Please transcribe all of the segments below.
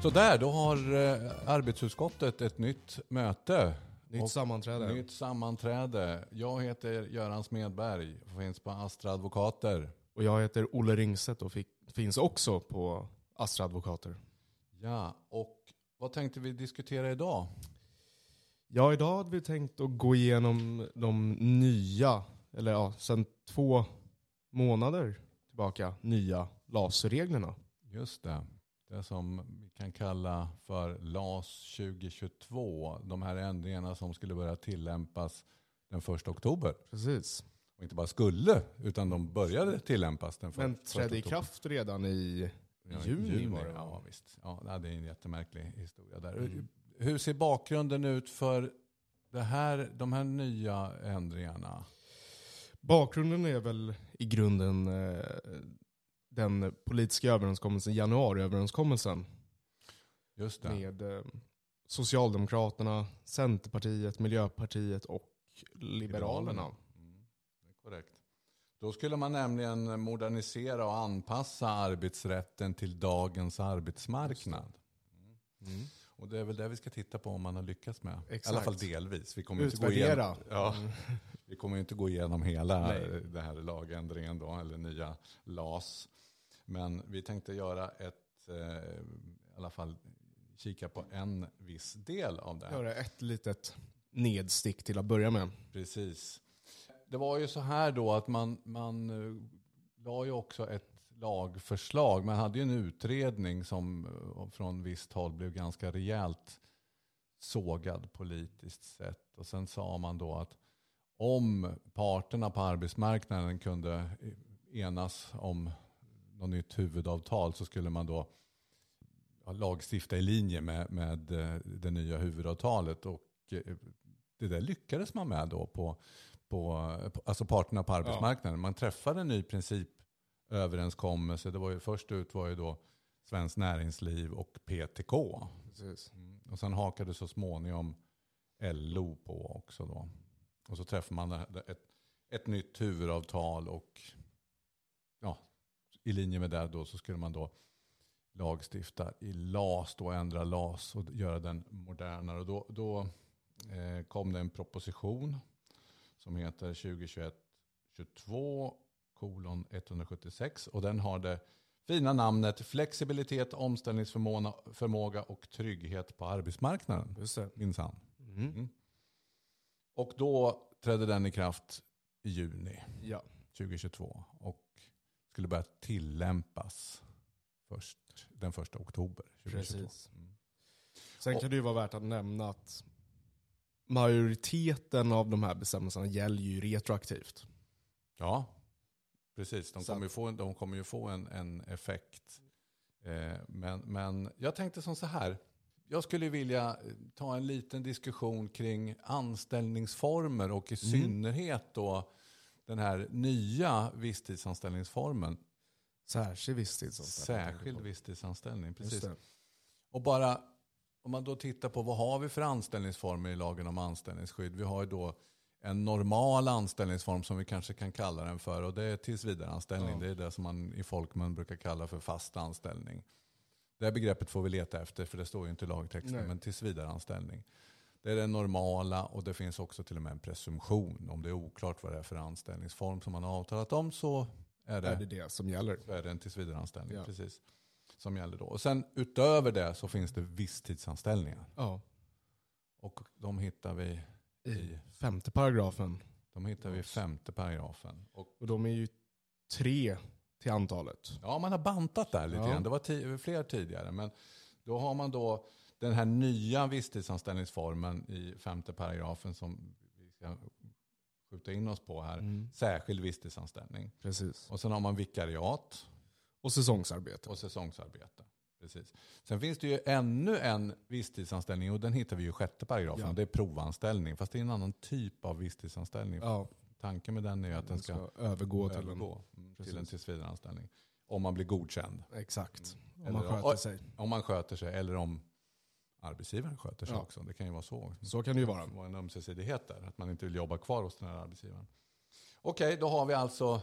Så där, då har arbetsutskottet ett nytt möte. Nytt sammanträde. Jag heter Göran Smedberg och finns på Astra Advokater. Och jag heter Olle Ringset och finns också på Astra Advokater. Ja, och vad tänkte vi diskutera idag? Ja, idag hade vi tänkt att gå igenom de nya, sedan 2 månader tillbaka, nya LAS-reglerna. Just det. Det som vi kan kalla för LAS 2022. De här ändringarna som skulle börja tillämpas den 1 oktober. Precis. Och inte bara skulle, utan de började tillämpas den 1 oktober. Men trädde i kraft redan i juni var det. Ja, visst. Ja, det är en jättemärklig historia där. Hur ser bakgrunden ut för de här nya ändringarna? Bakgrunden är väl i grunden den politiska överenskommelsen, januariöverenskommelsen. Just det. Med Socialdemokraterna, Centerpartiet, Miljöpartiet och Liberalerna. Det är korrekt. Då skulle man nämligen modernisera och anpassa arbetsrätten till dagens arbetsmarknad. Och det är väl det vi ska titta på om man har lyckats med. Exakt. I alla fall delvis. Vi kommer utvärdera. Vi kommer inte gå igenom hela det här lagändringen då, eller nya LAS. Men vi tänkte göra i alla fall kika på en viss del av det här. Göra ett litet nedstick till att börja med. Precis. Det var ju så här då att man la ju också ett lagförslag. Man hade ju en utredning som från visst håll blev ganska rejält sågad politiskt sett. Och sen sa man då att om parterna på arbetsmarknaden kunde enas om något nytt huvudavtal så skulle man då lagstifta i linje med det nya huvudavtalet. Och det där lyckades man med då alltså parterna på arbetsmarknaden. Man träffade en ny principöverenskommelse. Det var ju först ut var ju då Svenskt Näringsliv och PTK. Precis. Och sen hakade så småningom LO på också då. Och så träffade man ett nytt huvudavtal och i linje med det då så skulle man då lagstifta i LAS då, ändra LAS och göra den modernare. Och då kom det en proposition som heter 2021-22:176 och den har det fina namnet flexibilitet, omställningsförmåga och trygghet på arbetsmarknaden. Just det. Minsann. Och då trädde den i kraft i juni 2022 och skulle börja tillämpas först den 1 oktober 2022. Precis. Sen kan det ju vara värt att nämna att majoriteten av de här bestämmelserna gäller ju retroaktivt. Ja, precis. De kommer ju få en effekt. Men jag tänkte som så här. Jag skulle vilja ta en liten diskussion kring anställningsformer och i synnerhet då den här nya visstidsanställningsformen. Särskild visstidsanställning, precis. Och bara om man då tittar på vad har vi för anställningsformer i lagen om anställningsskydd. Vi har ju då en normal anställningsform som vi kanske kan kalla den för. Och det är tillsvidareanställning. Ja. Det är det som man i folkmun brukar kalla för fast anställning. Det här begreppet får vi leta efter för det står ju inte i lagtexten. Men tillsvidareanställning. Det är det normala och det finns också till och med en presumtion. Om det är oklart vad det är för anställningsform som man har avtalat om så är det som gäller. Så är det en tillsvidareanställning, precis. Som gäller då. Och sen utöver det så finns det visstidsanställningar. Ja. Och de hittar vi i 5:e paragrafen. De hittar vi i 5:e paragrafen. Och de är ju 3 till antalet. Ja, man har bantat där lite grann. Det var fler tidigare. Men då har man då den här nya visstidsanställningsformen i 5:e paragrafen som vi ska skjuta in oss på här. Särskild visstidsanställning. Precis. Och sen har man vikariat. Och säsongsarbete. Precis. Sen finns det ju ännu en visstidsanställning och den hittar vi ju i 6:e paragrafen. Ja. Det är provanställning. Fast det är en annan typ av visstidsanställning. Ja. Tanken med den är att den ska övergå till en tillsvidareanställning. Om man blir godkänd. Exakt. Om man sköter sig. Om man sköter sig eller om arbetsgivaren sköter sig också. Det kan ju vara så. Så kan det ju vara. Det var en ömsesidighet där. Att man inte vill jobba kvar hos den här arbetsgivaren. Okej, då har vi alltså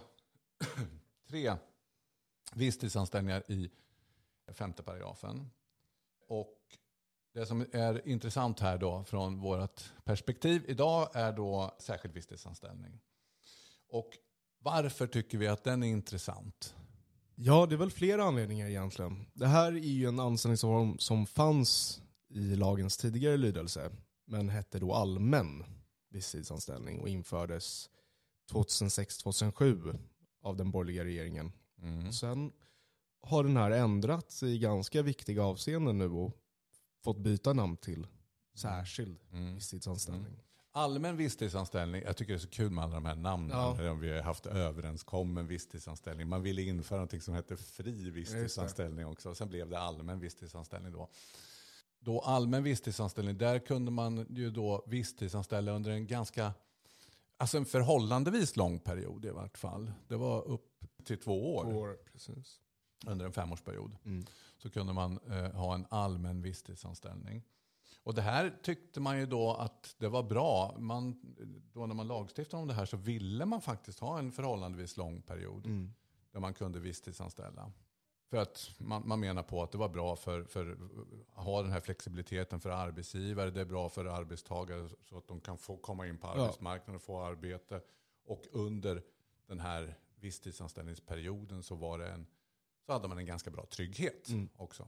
3 visstidsanställningar i 5:e paragrafen. Och det som är intressant här då från vårt perspektiv idag är då särskild visstidsanställning. Och varför tycker vi att den är intressant? Ja, det är väl flera anledningar egentligen. Det här är ju en anställningsform som fanns i lagens tidigare lydelse, men hette då allmän visstidsanställning och infördes 2006-2007 av den borgerliga regeringen. Sen har den här ändrats i ganska viktiga avseenden nu och fått byta namn till särskild visstidsanställning. Allmän visstidsanställning, jag tycker det är så kul med alla de här namnen. Ja. Vi har haft överenskommen visstidsanställning. Man ville införa någonting som hette fri visstidsanställning också. Och sen blev det allmän visstidsanställning då. Då allmän visstidsanställning, där kunde man ju då visstidsanställa under en en förhållandevis lång period i vart fall. Det var upp till 2 år. 2 år, precis. Under en 5-årsperiod. Så kunde man ha en allmän visstidsanställning. Och det här tyckte man ju då att det var bra. Då när man lagstiftade om det här så ville man faktiskt ha en förhållandevis lång period där man kunde visstidsanställa. För att man menar på att det var bra för att ha den här flexibiliteten för arbetsgivare. Det är bra för arbetstagare så att de kan få komma in på arbetsmarknaden och få arbete. Och under den här visstidsanställningsperioden så hade man en ganska bra trygghet också.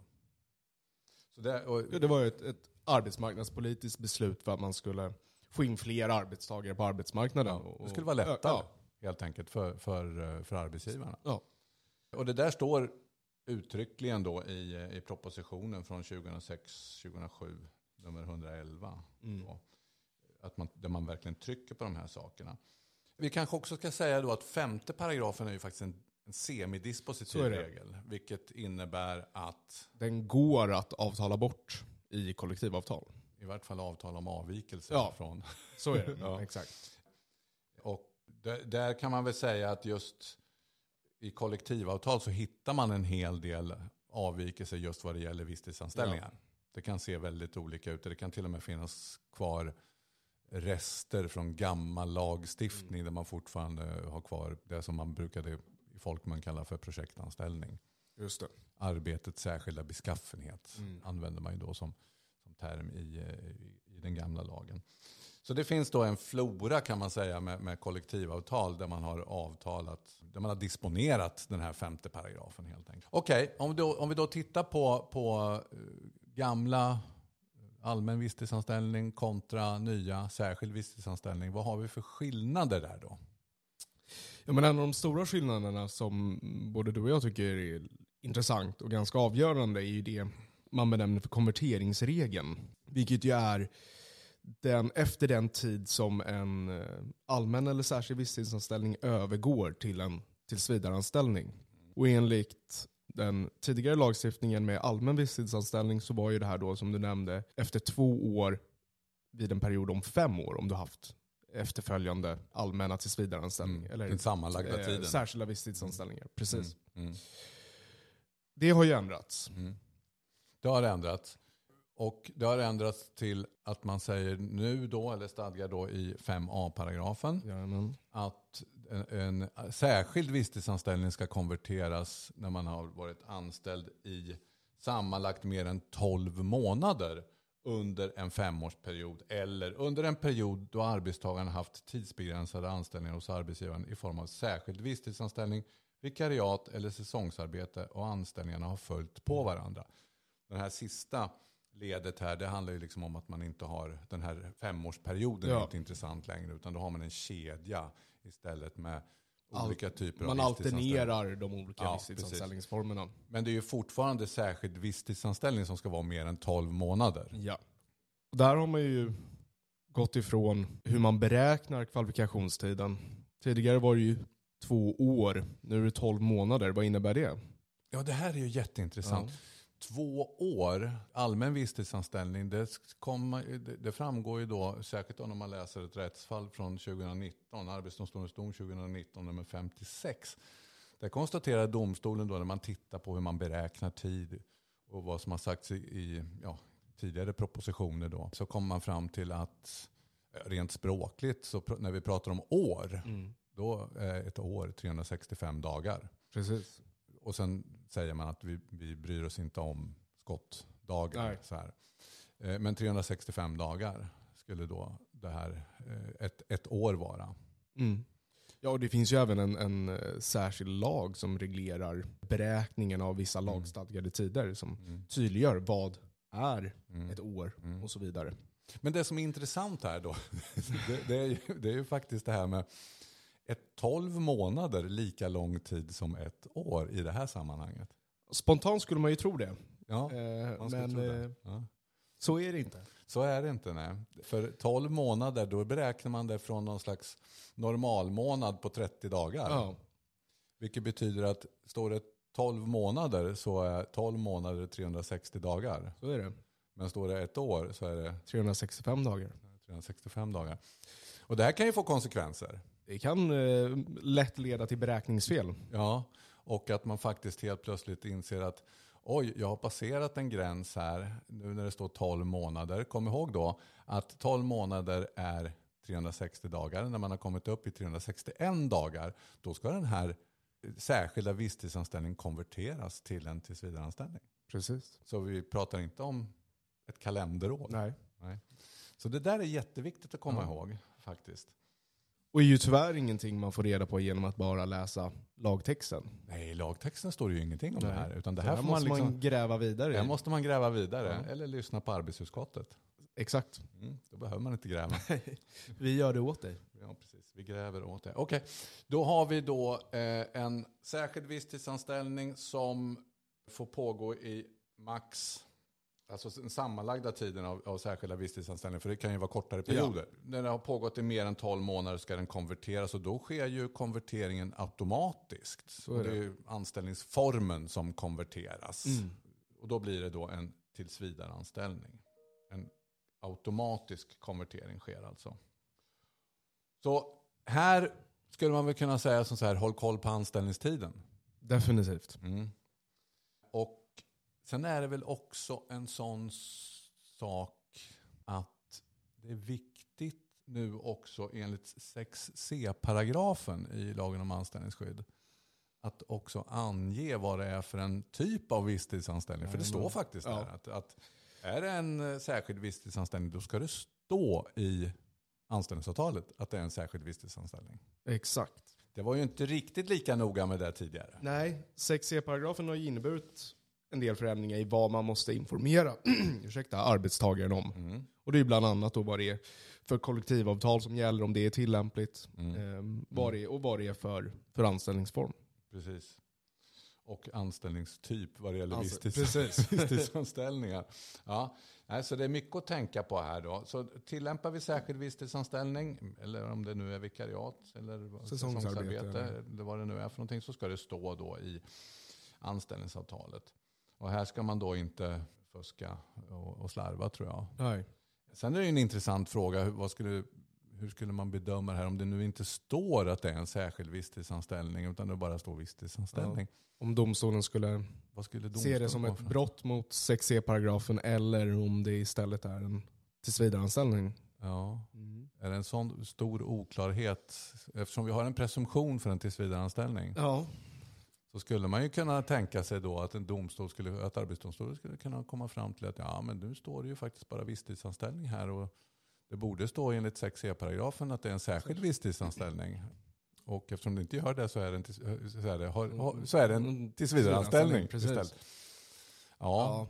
Så det var ju ett arbetsmarknadspolitiskt beslut för att man skulle få in fler arbetstagare på arbetsmarknaden. Ja, det skulle vara lättare helt enkelt för arbetsgivarna. Ja. Och det där står uttryckligen då i propositionen från 2006-2007, nummer 111. Då, där man verkligen trycker på de här sakerna. Vi kanske också ska säga då att 5:e paragrafen är ju faktiskt en semidispositiv regel. Vilket innebär att den går att avtala bort i kollektivavtal. I vart fall avtal om avvikelse från. Så är det, exakt. Och där kan man väl säga att just i kollektivavtal så hittar man en hel del avvikelser just vad det gäller visstidsanställningar. Ja. Det kan se väldigt olika ut. Det kan till och med finnas kvar rester från gammal lagstiftning där man fortfarande har kvar det som man brukade i folkmun kalla för projektanställning. Just det. Arbetets särskilda beskaffenhet använder man ju då som term i den gamla lagen. Så det finns då en flora kan man säga med kollektivavtal där man har avtalat, där man har disponerat den här 5:e paragrafen helt enkelt. Okej, om vi då tittar på gamla allmän visstidsanställning kontra nya särskild visstidsanställning. Vad har vi för skillnader där då? Ja, men en av de stora skillnaderna som både du och jag tycker är intressant och ganska avgörande är ju det man benämner för konverteringsregeln. Vilket ju är efter den tid som en allmän eller särskild visstidsanställning övergår till en tillsvidareanställning. Och enligt den tidigare lagstiftningen med allmän visstidsanställning så var ju det här då som du nämnde efter 2 år vid en period om 5 år om du haft efterföljande allmänna tillsvidareanställning. Eller den sammanlagda tiden. Särskilda visstidsanställningar, precis. Det har ju ändrats. Det har ändrats. Och det har ändrats till att man säger nu då, eller stadgar då i 5a-paragrafen, att en särskild visstidsanställning ska konverteras när man har varit anställd i sammanlagt mer än 12 månader under en 5-årsperiod eller under en period då arbetstagaren haft tidsbegränsade anställningar hos arbetsgivaren i form av särskild visstidsanställning, vikariat eller säsongsarbete och anställningarna har följt på varandra. Den här sista ledet här, det handlar ju liksom om att man inte har den här 5-årsperioden är inte intressant längre, utan då har man en kedja istället med olika typer av visstidsanställningar. Man alternerar de olika visstidsanställningsformerna. Men det är ju fortfarande särskild visstidsanställning som ska vara mer än 12 månader. Ja. Och där har man ju gått ifrån hur man beräknar kvalifikationstiden. Tidigare var det ju 2 år, nu är det 12 månader. Vad innebär det? Ja, det här är ju jätteintressant. 2 år, allmän visstidsanställning, det framgår ju då, särskilt om man läser ett rättsfall från 2019, Arbetsdomstolens dom 2019, nummer 56. Där konstaterar domstolen då när man tittar på hur man beräknar tid och vad som har sagts i tidigare propositioner då, så kommer man fram till att rent språkligt, så när vi pratar om år, då är ett år 365 dagar. Precis. Och sen säger man att vi bryr oss inte om dagar. Nej. Så här. Men 365 dagar skulle då det här ett år vara. Mm. Ja, och det finns ju även en särskild lag som reglerar beräkningen av vissa lagstadgade tider som tydliggör vad är ett år och så vidare. Men det som är intressant här då, det är ju faktiskt det här med 12 månader lika lång tid som ett år i det här sammanhanget. Spontant skulle man ju tro det. Ja, man skulle tro det. Så är det inte. Så är det inte, nej. För 12 månader, då beräknar man det från någon slags normalmånad på 30 dagar. Ja. Vilket betyder att står det 12 månader så är 12 månader 360 dagar. Så är det. Men står det ett år så är det 365 dagar. 365 dagar. Och det här kan ju få konsekvenser. Det kan lätt leda till beräkningsfel. Ja, och att man faktiskt helt plötsligt inser att oj, jag har passerat en gräns här nu när det står 12 månader. Kom ihåg då att 12 månader är 360 dagar. När man har kommit upp i 361 dagar, då ska den här särskilda visstidsanställningen konverteras till en tillsvidareanställning. Precis. Så vi pratar inte om ett kalenderår. Nej. Så det där är jätteviktigt att komma ihåg faktiskt. Och är ju tyvärr ingenting man får reda på genom att bara läsa lagtexten. Nej, i lagtexten står det ju ingenting om det här. Utan det Så här får man liksom, man gräva vidare i. här måste man gräva vidare. Eller lyssna på arbetsutskottet. Exakt. Då behöver man inte gräva. Vi gör det åt dig. Ja, precis. Vi gräver åt det. Okej, då har vi då en särskild visstidsanställning som får pågå i max, alltså den sammanlagda tiden av särskilda visstidsanställningar, för det kan ju vara kortare perioder. När det har pågått i mer än 12 månader ska den konverteras, och då sker ju konverteringen automatiskt. Så det är ju anställningsformen som konverteras. Och då blir det då en tillsvidareanställning. En automatisk konvertering sker alltså. Så här skulle man väl kunna säga som så här, håll koll på anställningstiden. Definitivt. Och sen är det väl också en sån sak att det är viktigt nu också enligt 6c-paragrafen i lagen om anställningsskydd att också ange vad det är för en typ av visstidsanställning. För det står faktiskt där att är det en särskild visstidsanställning, då ska det stå i anställningsavtalet att det är en särskild visstidsanställning. Exakt. Det var ju inte riktigt lika noga med det tidigare. Nej, 6c-paragrafen har ju inneburit en del förändringar i vad man måste informera arbetstagaren om. Och det är bland annat då vad det är för kollektivavtal som gäller, om det är tillämpligt, vad det är för anställningsform. Precis. Och anställningstyp vad det gäller Precis. visstidsanställningar. Ja, så det är mycket att tänka på här då. Så tillämpar vi särskild visstidsanställning, eller om det nu är vikariat eller säsongsarbete eller vad det nu är för någonting, så ska det stå då i anställningsavtalet. Och här ska man då inte fuska och slarva, tror jag. Nej. Sen är det en intressant fråga, hur skulle man bedöma det här om det nu inte står att det är en särskild visstidsanställning utan det bara står visstidsanställning? Ja. Om domstolen skulle se det som ett brott mot 6c-paragrafen eller om det istället är en tillsvidareanställning. Ja. Är det en sån stor oklarhet? Eftersom vi har en presumtion för en tillsvidareanställning. Ja. Så skulle man ju kunna tänka sig då att att arbetsdomstolen skulle kunna komma fram till att men nu står det ju faktiskt bara visstidsanställning här, och det borde stå enligt 6c-paragrafen att det är en särskild visstidsanställning. Och eftersom det inte gör det så är det en tillsvidareanställning istället. Ja,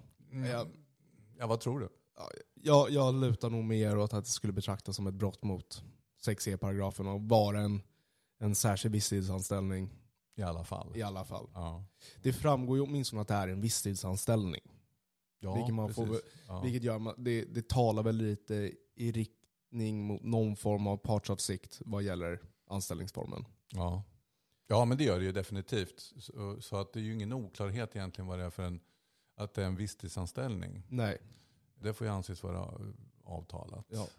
vad tror du? Jag lutar nog mer åt att det skulle betraktas som ett brott mot 6c-paragrafen och vara en särskild visstidsanställning. I alla fall. Ja. Det framgår ju åtminstone att det är en visstidsanställning. Ja, vilket gör det talar väl lite i riktning mot någon form av partsavsikt vad gäller anställningsformen. Ja, men det gör det ju definitivt. Så att det är ju ingen oklarhet egentligen vad det är för att det är en visstidsanställning. Nej. Det får ju anses vara avtalat. Ja.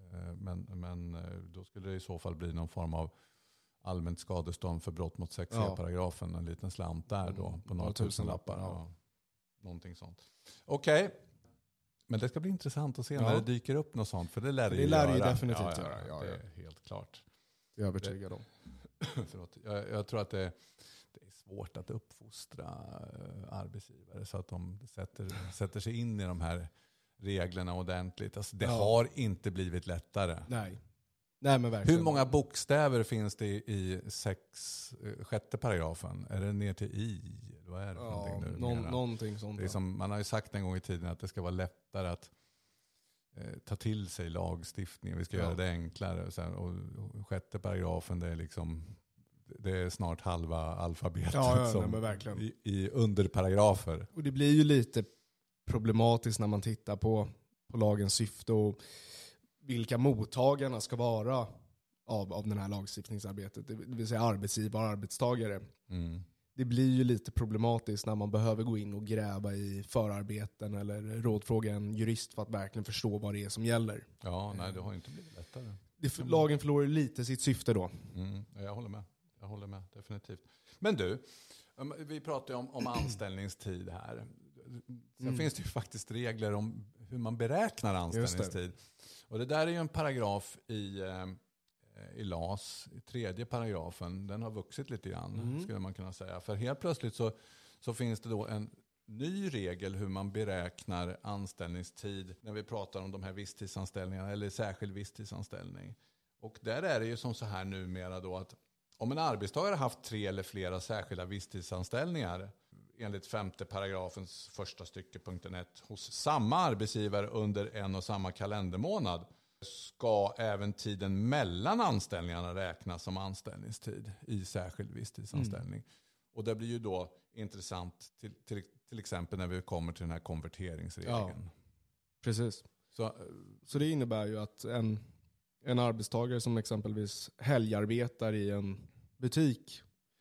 Men då skulle det i så fall bli någon form av allmänt skadestånd för brott mot 6c-paragrafen. En liten slant där då på några tusenlappar. Ja. Någonting sånt. Okej. Men det ska bli intressant att se när det dyker upp något sånt. För det lär det ju definitivt göra. Det är helt klart. Jag är övertygad om. Förlåt. Jag tror att det det är svårt att uppfostra arbetsgivare så att de sätter sig in i de här reglerna ordentligt. Alltså, det har inte blivit lättare. Nej, men verkligen. Hur många bokstäver finns det i 6:e paragrafen? Är det ner till I? Vad är det för någonting nu? Någonting sånt. Det är som, man har ju sagt en gång i tiden att det ska vara lättare att ta till sig lagstiftningen. Vi ska göra det enklare. Och 6:e paragrafen, det är snart halva alfabetet men verkligen. i underparagrafer. Och det blir ju lite problematiskt när man tittar på lagens syfte och vilka mottagarna ska vara av den här lagstiftningsarbetet. Det vill säga arbetsgivare och arbetstagare. Mm. Det blir ju lite problematiskt när man behöver gå in och gräva i förarbeten eller rådfråga en jurist för att verkligen förstå vad det är som gäller. Ja, nej, det har inte blivit lättare. Lagen förlorar lite sitt syfte då. Jag håller med, definitivt. Men du, vi pratar ju om anställningstid här. Sen finns det ju faktiskt regler om hur man beräknar anställningstid. Och det där är ju en paragraf i LAS, i 3:e paragrafen. Den har vuxit lite grann, skulle man kunna säga. För helt plötsligt så finns det då en ny regel hur man beräknar anställningstid när vi pratar om de här visstidsanställningarna eller särskild visstidsanställning. Och där är det ju som så här numera då att om en arbetstagare har haft 3 eller flera särskilda visstidsanställningar enligt 5:e paragrafens första stycke punkten 1 hos samma arbetsgivare under en och samma kalendermånad ska även tiden mellan anställningarna räknas som anställningstid i särskild visstidsanställning. Och det blir ju då intressant till exempel när vi kommer till den här konverteringsregeln. Ja, precis. Så det innebär ju att en arbetstagare som exempelvis helgarbetar i en butik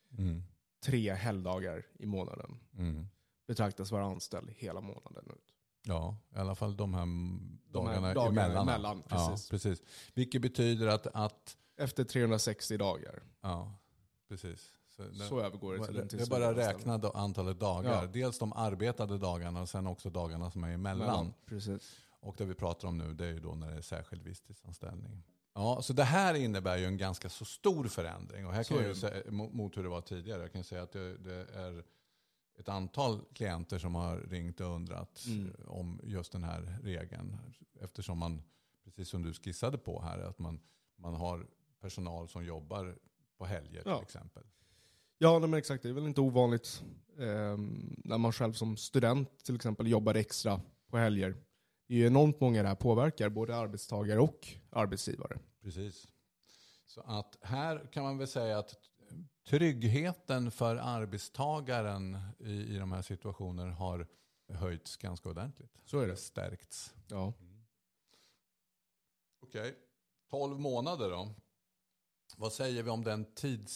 3 helgdagar i månaden betraktas vara anställd hela månaden ut. Ja, i alla fall de här dagarna emellan. Precis. Ja, precis. Vilket betyder att efter 360 dagar. Ja, precis. Så övergår det till en det är bara räkna antalet dagar. Ja. Dels de arbetade dagarna och sen också dagarna som är emellan. Precis. Och det vi pratar om nu, det är ju då när det är särskild visstidsanställning. Ja, så det här innebär ju en ganska så stor förändring. Och här kan jag ju säga, mot hur det var tidigare, jag kan säga att det är ett antal klienter som har ringt och undrat om just den här regeln. Eftersom man, precis som du skissade på här, att man har personal som jobbar på helger till exempel. Ja, men exakt. Det är väl inte ovanligt när man själv som student till exempel jobbar extra på helger. Det är ju enormt många det här påverkar, både arbetstagare och arbetsgivare. Precis. Så att här kan man väl säga att tryggheten för arbetstagaren i de här situationerna har höjts ganska ordentligt. Så är det. Stärkts. Ja. Okej. 12 månader då. Vad säger vi om den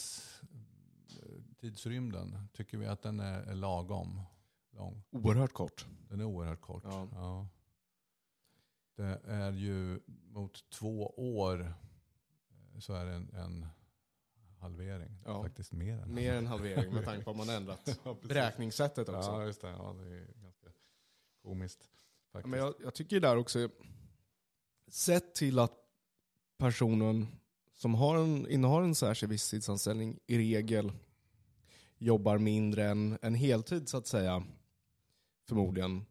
tidsrymden? Tycker vi att den är lagom lång? Oerhört kort. Den är oerhört kort. Ja. Det är ju mot 2 år så är det en halvering. Ja. Faktiskt mer än halvering med tanke på att man ändrat beräkningssättet också. Ja, just det. Ja, det är ganska komiskt. Ja, men jag tycker där också, sett till att personen som innehar en särskild visstidsanställning i regel jobbar mindre än en heltid så att säga, förmodligen.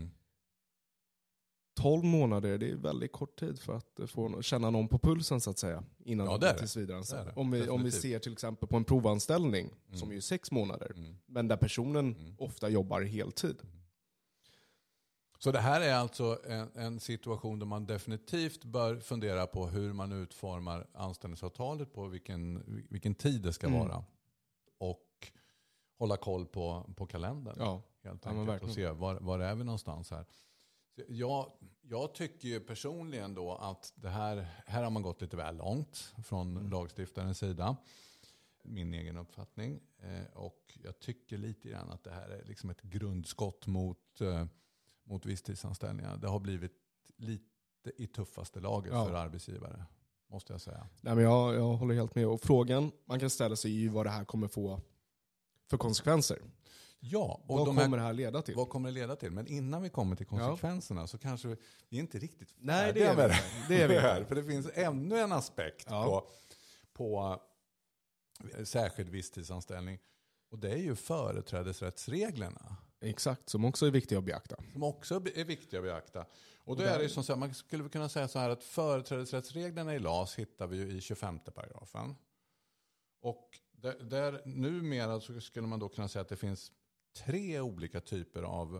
12 månader, det är väldigt kort tid för att få känna någon på pulsen så att säga. Innan det tills vidare. Om vi ser till exempel på en provanställning som är 6 månader. Men där personen ofta jobbar heltid. Så det här är alltså en situation där man definitivt bör fundera på hur man utformar anställningsavtalet, på vilken tid det ska vara. Och hålla koll på kalendern. Ja. Helt enkelt. Och se var är vi någonstans här. Jag tycker ju personligen då att det här har man gått lite väl långt från lagstiftarens sida. Min egen uppfattning. Och jag tycker lite grann att det här är liksom ett grundskott mot visstidsanställningar. Det har blivit lite i tuffaste laget för arbetsgivare, måste jag säga. Nej, men jag håller helt med. Och frågan man kan ställa sig är ju vad det här kommer få för konsekvenser. Ja, och vad kommer det här leda till? Vad kommer det leda till? Men innan vi kommer till konsekvenserna så kanske vi är inte riktigt Nej, det är vi här. För det finns ännu en aspekt på särskild visstidsanställning. Och det är ju företrädesrättsreglerna. Exakt, som också är viktiga att beakta. Som också är viktiga att beakta. Och då är det ju som så här, man skulle kunna säga så här att företrädesrättsreglerna i LAS hittar vi ju i 25 paragrafen. Och där numera så skulle man då kunna säga att det finns 3 olika typer av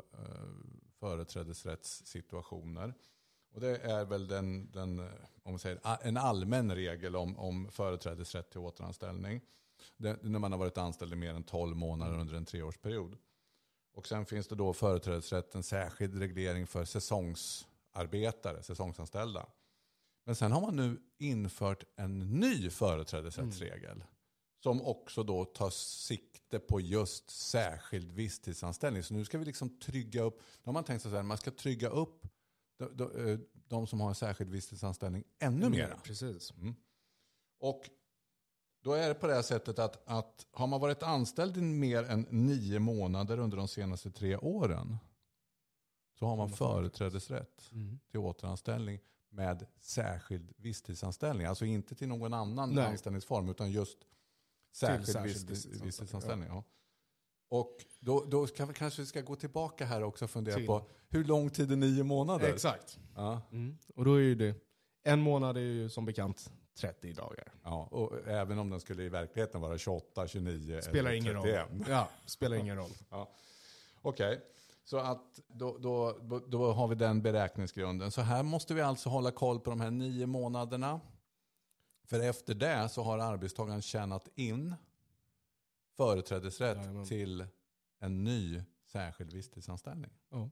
företrädesrättssituationer. Och det är väl om man säger, en allmän regel om företrädesrätt till återanställning. När man har varit anställd i mer än 12 månader under en 3-årsperiod. Och sen finns det då företrädesrätt, en särskild reglering för säsongsanställda. Men sen har man nu infört en ny företrädesrättsregel. Som också då tar sikte på just särskild visstidsanställning. Så nu ska vi liksom trygga upp, då har man tänkt sig så här, man ska trygga upp de som har en särskild visstidsanställning ännu mer. Precis. Och då är det på det här sättet att har man varit anställd i mer än 9 månader under de senaste 3 åren så har man företrädesrätt till återanställning med särskild visstidsanställning. Alltså inte till någon annan anställningsform utan just särskild visstidsanställning. Ja. Och då kanske vi ska gå tillbaka här också och fundera på hur lång tid är 9 månader? Exakt. Ja. Och då är ju det, en månad är ju som bekant 30 dagar. Ja, och även om den skulle i verkligheten vara 28, 29 spelar eller 31. Ingen roll. Ja, spelar ingen roll. Ja. Okej, så att då har vi den beräkningsgrunden. Så här måste vi alltså hålla koll på de här 9 månaderna. För efter det så har arbetstagaren tjänat in företrädesrätt till en ny särskild visstidsanställning. Ja.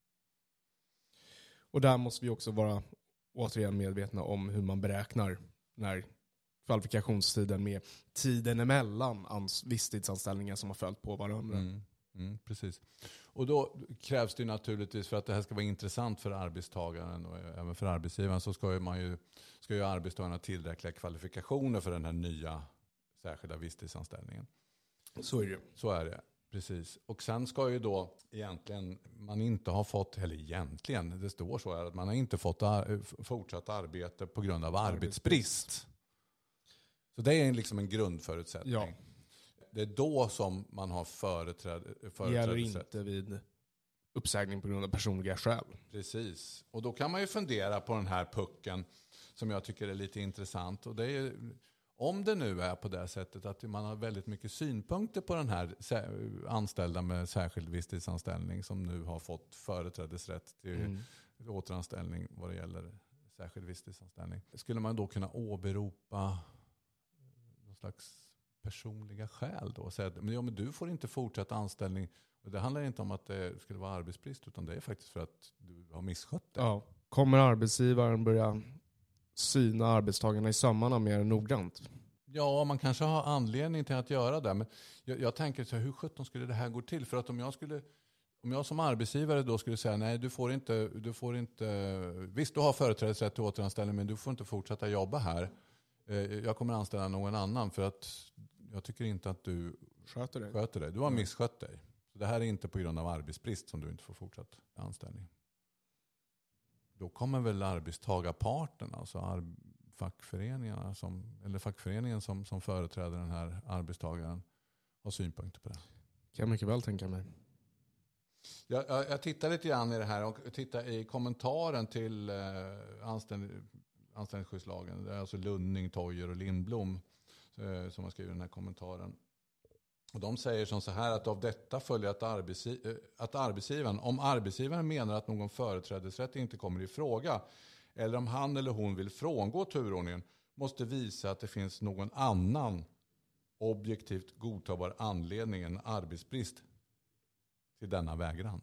Och där måste vi också vara återigen medvetna om hur man beräknar när kvalifikationstiden med tiden emellan visstidsanställningar som har följt på varandra. Precis. Och då krävs det naturligtvis, för att det här ska vara intressant för arbetstagaren och även för arbetsgivaren, så ska ju arbetstagaren ha tillräckliga kvalifikationer för den här nya särskilda visstidsanställningen. Så är det. Så är det, precis. Och sen ska ju då egentligen man inte ha fått, eller egentligen, det står så här, att man har inte fått fortsatt arbete på grund av arbetsbrist. Så det är liksom en grundförutsättning. Ja. Det är då som man har företrädesrätt. Det gäller inte vid uppsägning på grund av personliga skäl. Precis. Och då kan man ju fundera på den här pucken som jag tycker är lite intressant. Och det är om det nu är på det sättet att man har väldigt mycket synpunkter på den här anställda med särskild visstidsanställning som nu har fått företrädesrätt till återanställning vad det gäller särskild visstidsanställning. Skulle man då kunna åberopa någon slags personliga skäl då? Säga att men du får inte fortsätta anställning. Och det handlar inte om att det skulle vara arbetsbrist utan det är faktiskt för att du har misskött det. Ja. Kommer arbetsgivaren börja syna arbetstagarna i sömmarna mer noggrant? Ja, man kanske har anledning till att göra det. Men jag tänker så här, hur 17 skulle det här gå till? För att om jag som arbetsgivare då skulle säga nej, du får inte, visst du har företrädesrätt till återanställning men du får inte fortsätta jobba här. Jag kommer anställa någon annan för att jag tycker inte att du sköter dig. Du har misskött dig. Så det här är inte på grund av arbetsbrist som du inte får fortsatt anställning. Då kommer väl arbetstagarparten, alltså fackföreningen som företräder den här arbetstagaren, ha synpunkter på det. Kan jag mycket väl tänka mig. Jag tittar lite grann i det här och tittar i kommentaren till anställningsskyddslagen. Det är alltså Lunning, Toijer och Lindblom som har skrivit den här kommentaren. Och de säger som så här att av detta följer att arbetsgivaren, om arbetsgivaren menar att någon företrädesrätt inte kommer i fråga eller om han eller hon vill frångå turordningen måste visa att det finns någon annan objektivt godtagbar anledning än arbetsbrist till denna vägran.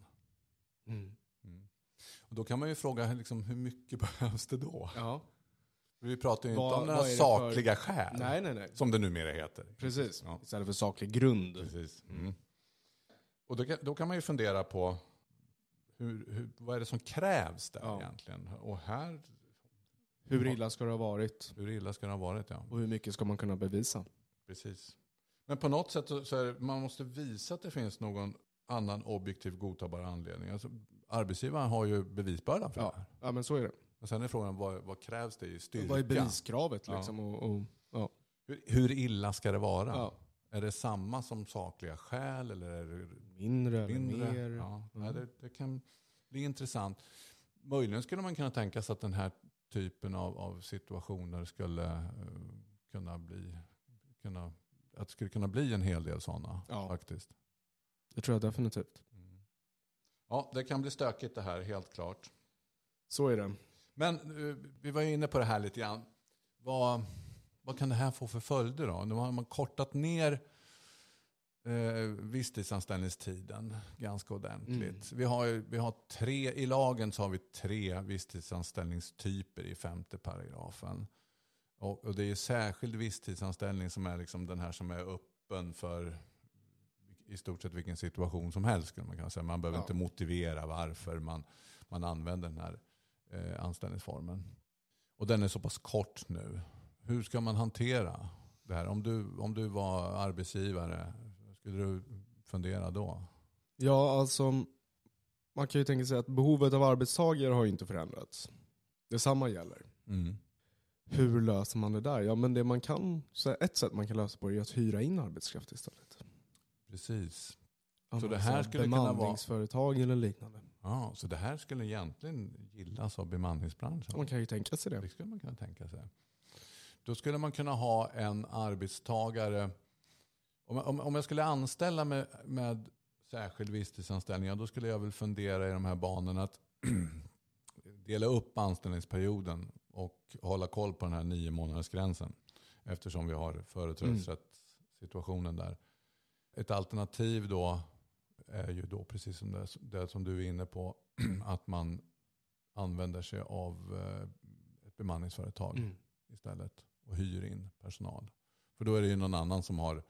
Och då kan man ju fråga liksom, hur mycket behövs det då? Ja. Vi pratar ju inte om några sakliga skäl. Nej. Som det numera heter. Precis. Ja. Istället för saklig grund. Precis. Och då kan man ju fundera på vad är det som krävs där egentligen? Och här... Hur illa ska det ha varit? Hur illa ska det ha varit, ja. Och hur mycket ska man kunna bevisa? Precis. Men på något sätt så är det, man måste visa att det finns någon annan objektiv godtagbar anledning. Alltså, arbetsgivaren har ju bevisbördan för det här. Ja, men så är det. Och sen är frågan, vad krävs det i styrka? Vad är beviskravet liksom? Hur illa ska det vara? Ja. Är det samma som sakliga skäl eller är det Mindre? Mer? Ja, det kan bli intressant. Möjligen skulle man kunna tänka sig att den här typen av situationer skulle att det skulle kunna bli en hel del sådana faktiskt. Det tror jag definitivt. Ja, det kan bli stökigt det här, helt klart. Så är det. Men vi var inne på det här lite grann. Vad kan det här få för följder då? Nu har man kortat ner visstidsanställningstiden ganska ordentligt. Vi har i lagen så har vi 3 visstidsanställningstyper i 5:e paragrafen. Och det är särskild visstidsanställning som är liksom den här som är öppen för i stort sett vilken situation som helst. Skulle man kan säga. Man behöver inte motivera varför man använder den här anställningsformen. Och den är så pass kort nu. Hur ska man hantera det här? Om du var arbetsgivare, skulle du fundera då? Ja, alltså man kan ju tänka sig att behovet av arbetstagare har ju inte förändrats. Detsamma gäller. Hur löser man det där? Ja, men ett sätt man kan lösa på är att hyra in arbetskraft istället. Precis. Så det här skulle bemanningsföretag eller liknande. Ja, så det här skulle egentligen gillas av bemanningsbranschen. Man kan ju tänka sig det. Det skulle man kunna tänka sig. Då skulle man kunna ha en arbetstagare. Om jag skulle anställa med särskild visstidsanställning, då skulle jag väl fundera i de här banorna att dela upp anställningsperioden och hålla koll på den här 9-månadersgränsen. Eftersom vi har företrädesrätt situationen där. Ett alternativ då är ju då precis som det som du är inne på, att man använder sig av ett bemanningsföretag istället och hyr in personal. För då är det ju någon annan som har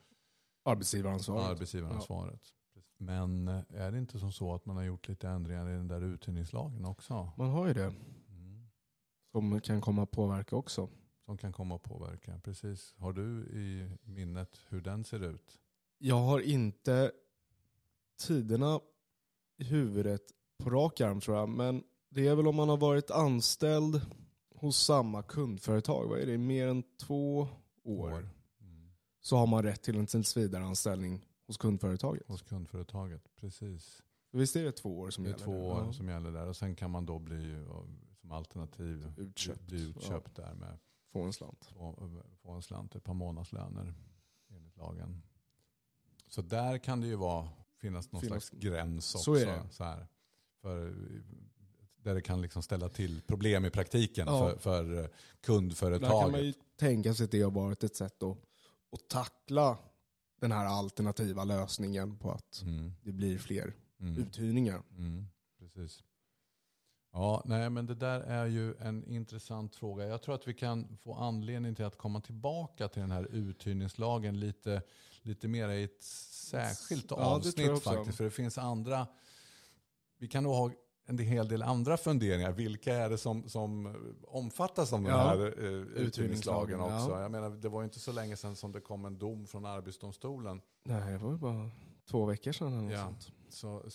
arbetsgivaransvaret. Ja. Men är det inte som så att man har gjort lite ändringar i den där uthyrningslagen också? Man har ju det. Som kan komma att påverka också. Som kan komma att påverka, precis. Har du i minnet hur den ser ut? Jag har inte tiderna i huvudet på rak arm tror jag. Men det är väl om man har varit anställd hos samma kundföretag. Vad är det? Mer än 2 år. Så har man rätt till en tillsvidareanställning hos kundföretaget. Hos kundföretaget, precis. Visst är det 2 år som gäller? Det är 2 år som gäller där. Och sen kan man då bli som alternativ utköpt där med få en slant. Få en slant, ett par månadslöner enligt lagen. Så där kan det ju finnas någon slags gräns också. Så är det. Så här, där det kan liksom ställa till problem i praktiken för kundföretaget. Där kan man ju tänka sig att det har varit ett sätt att tackla den här alternativa lösningen på att det blir fler uthyrningar. Precis. Ja, nej, men det där är ju en intressant fråga. Jag tror att vi kan få anledning till att komma tillbaka till den här uthyrningslagen lite mer i ett särskilt avsnitt faktiskt. För det finns andra, vi kan nog ha en hel del andra funderingar. Vilka är det som omfattas av den här uthyrningslagen också? Ja. Jag menar, det var ju inte så länge sedan som det kom en dom från Arbetsdomstolen. Nej, det var ju bara 2 veckor sedan. Eller sånt.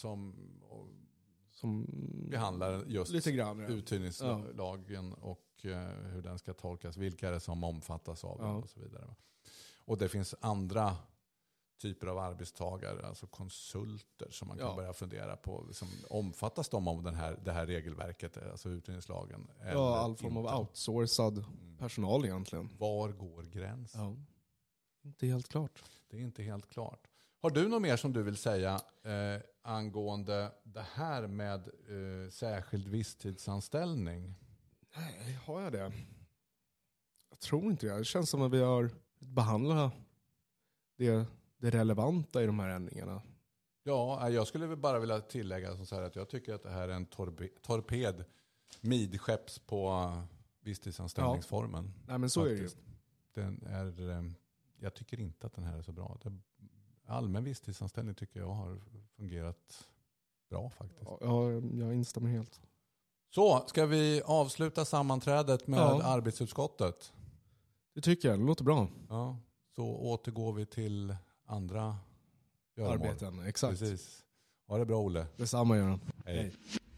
Som behandlar just lite grann, uthyrningslagen och hur den ska tolkas. Vilka är det som omfattas av den och så vidare. Och det finns andra typer av arbetstagare, alltså konsulter som man kan börja fundera på. Liksom, omfattas de av det här regelverket, alltså uthyrningslagen? Ja, all form av outsourcad personal egentligen. Var går gränsen? Ja. Inte helt klart. Det är inte helt klart. Har du något mer som du vill säga angående det här med särskild visstidsanställning? Nej, har jag det? Jag tror inte det. Det känns som att vi har behandlat det relevanta i de här ändringarna. Ja, jag skulle bara vilja tillägga så här att jag tycker att det här är en torped midskepps på visstidsanställningsformen. Ja. Nej, men så faktiskt. Är det ju. Jag tycker inte att den här är så bra. Allmän visstidsanställning tycker jag har fungerat bra faktiskt. Ja, jag instämmer helt. Så, ska vi avsluta sammanträdet med arbetsutskottet? Det tycker jag, det låter bra. Ja, så återgår vi till andra göromål. Arbeten, exakt. Precis. Ha det bra, Olle. Detsamma, Göran. Hej.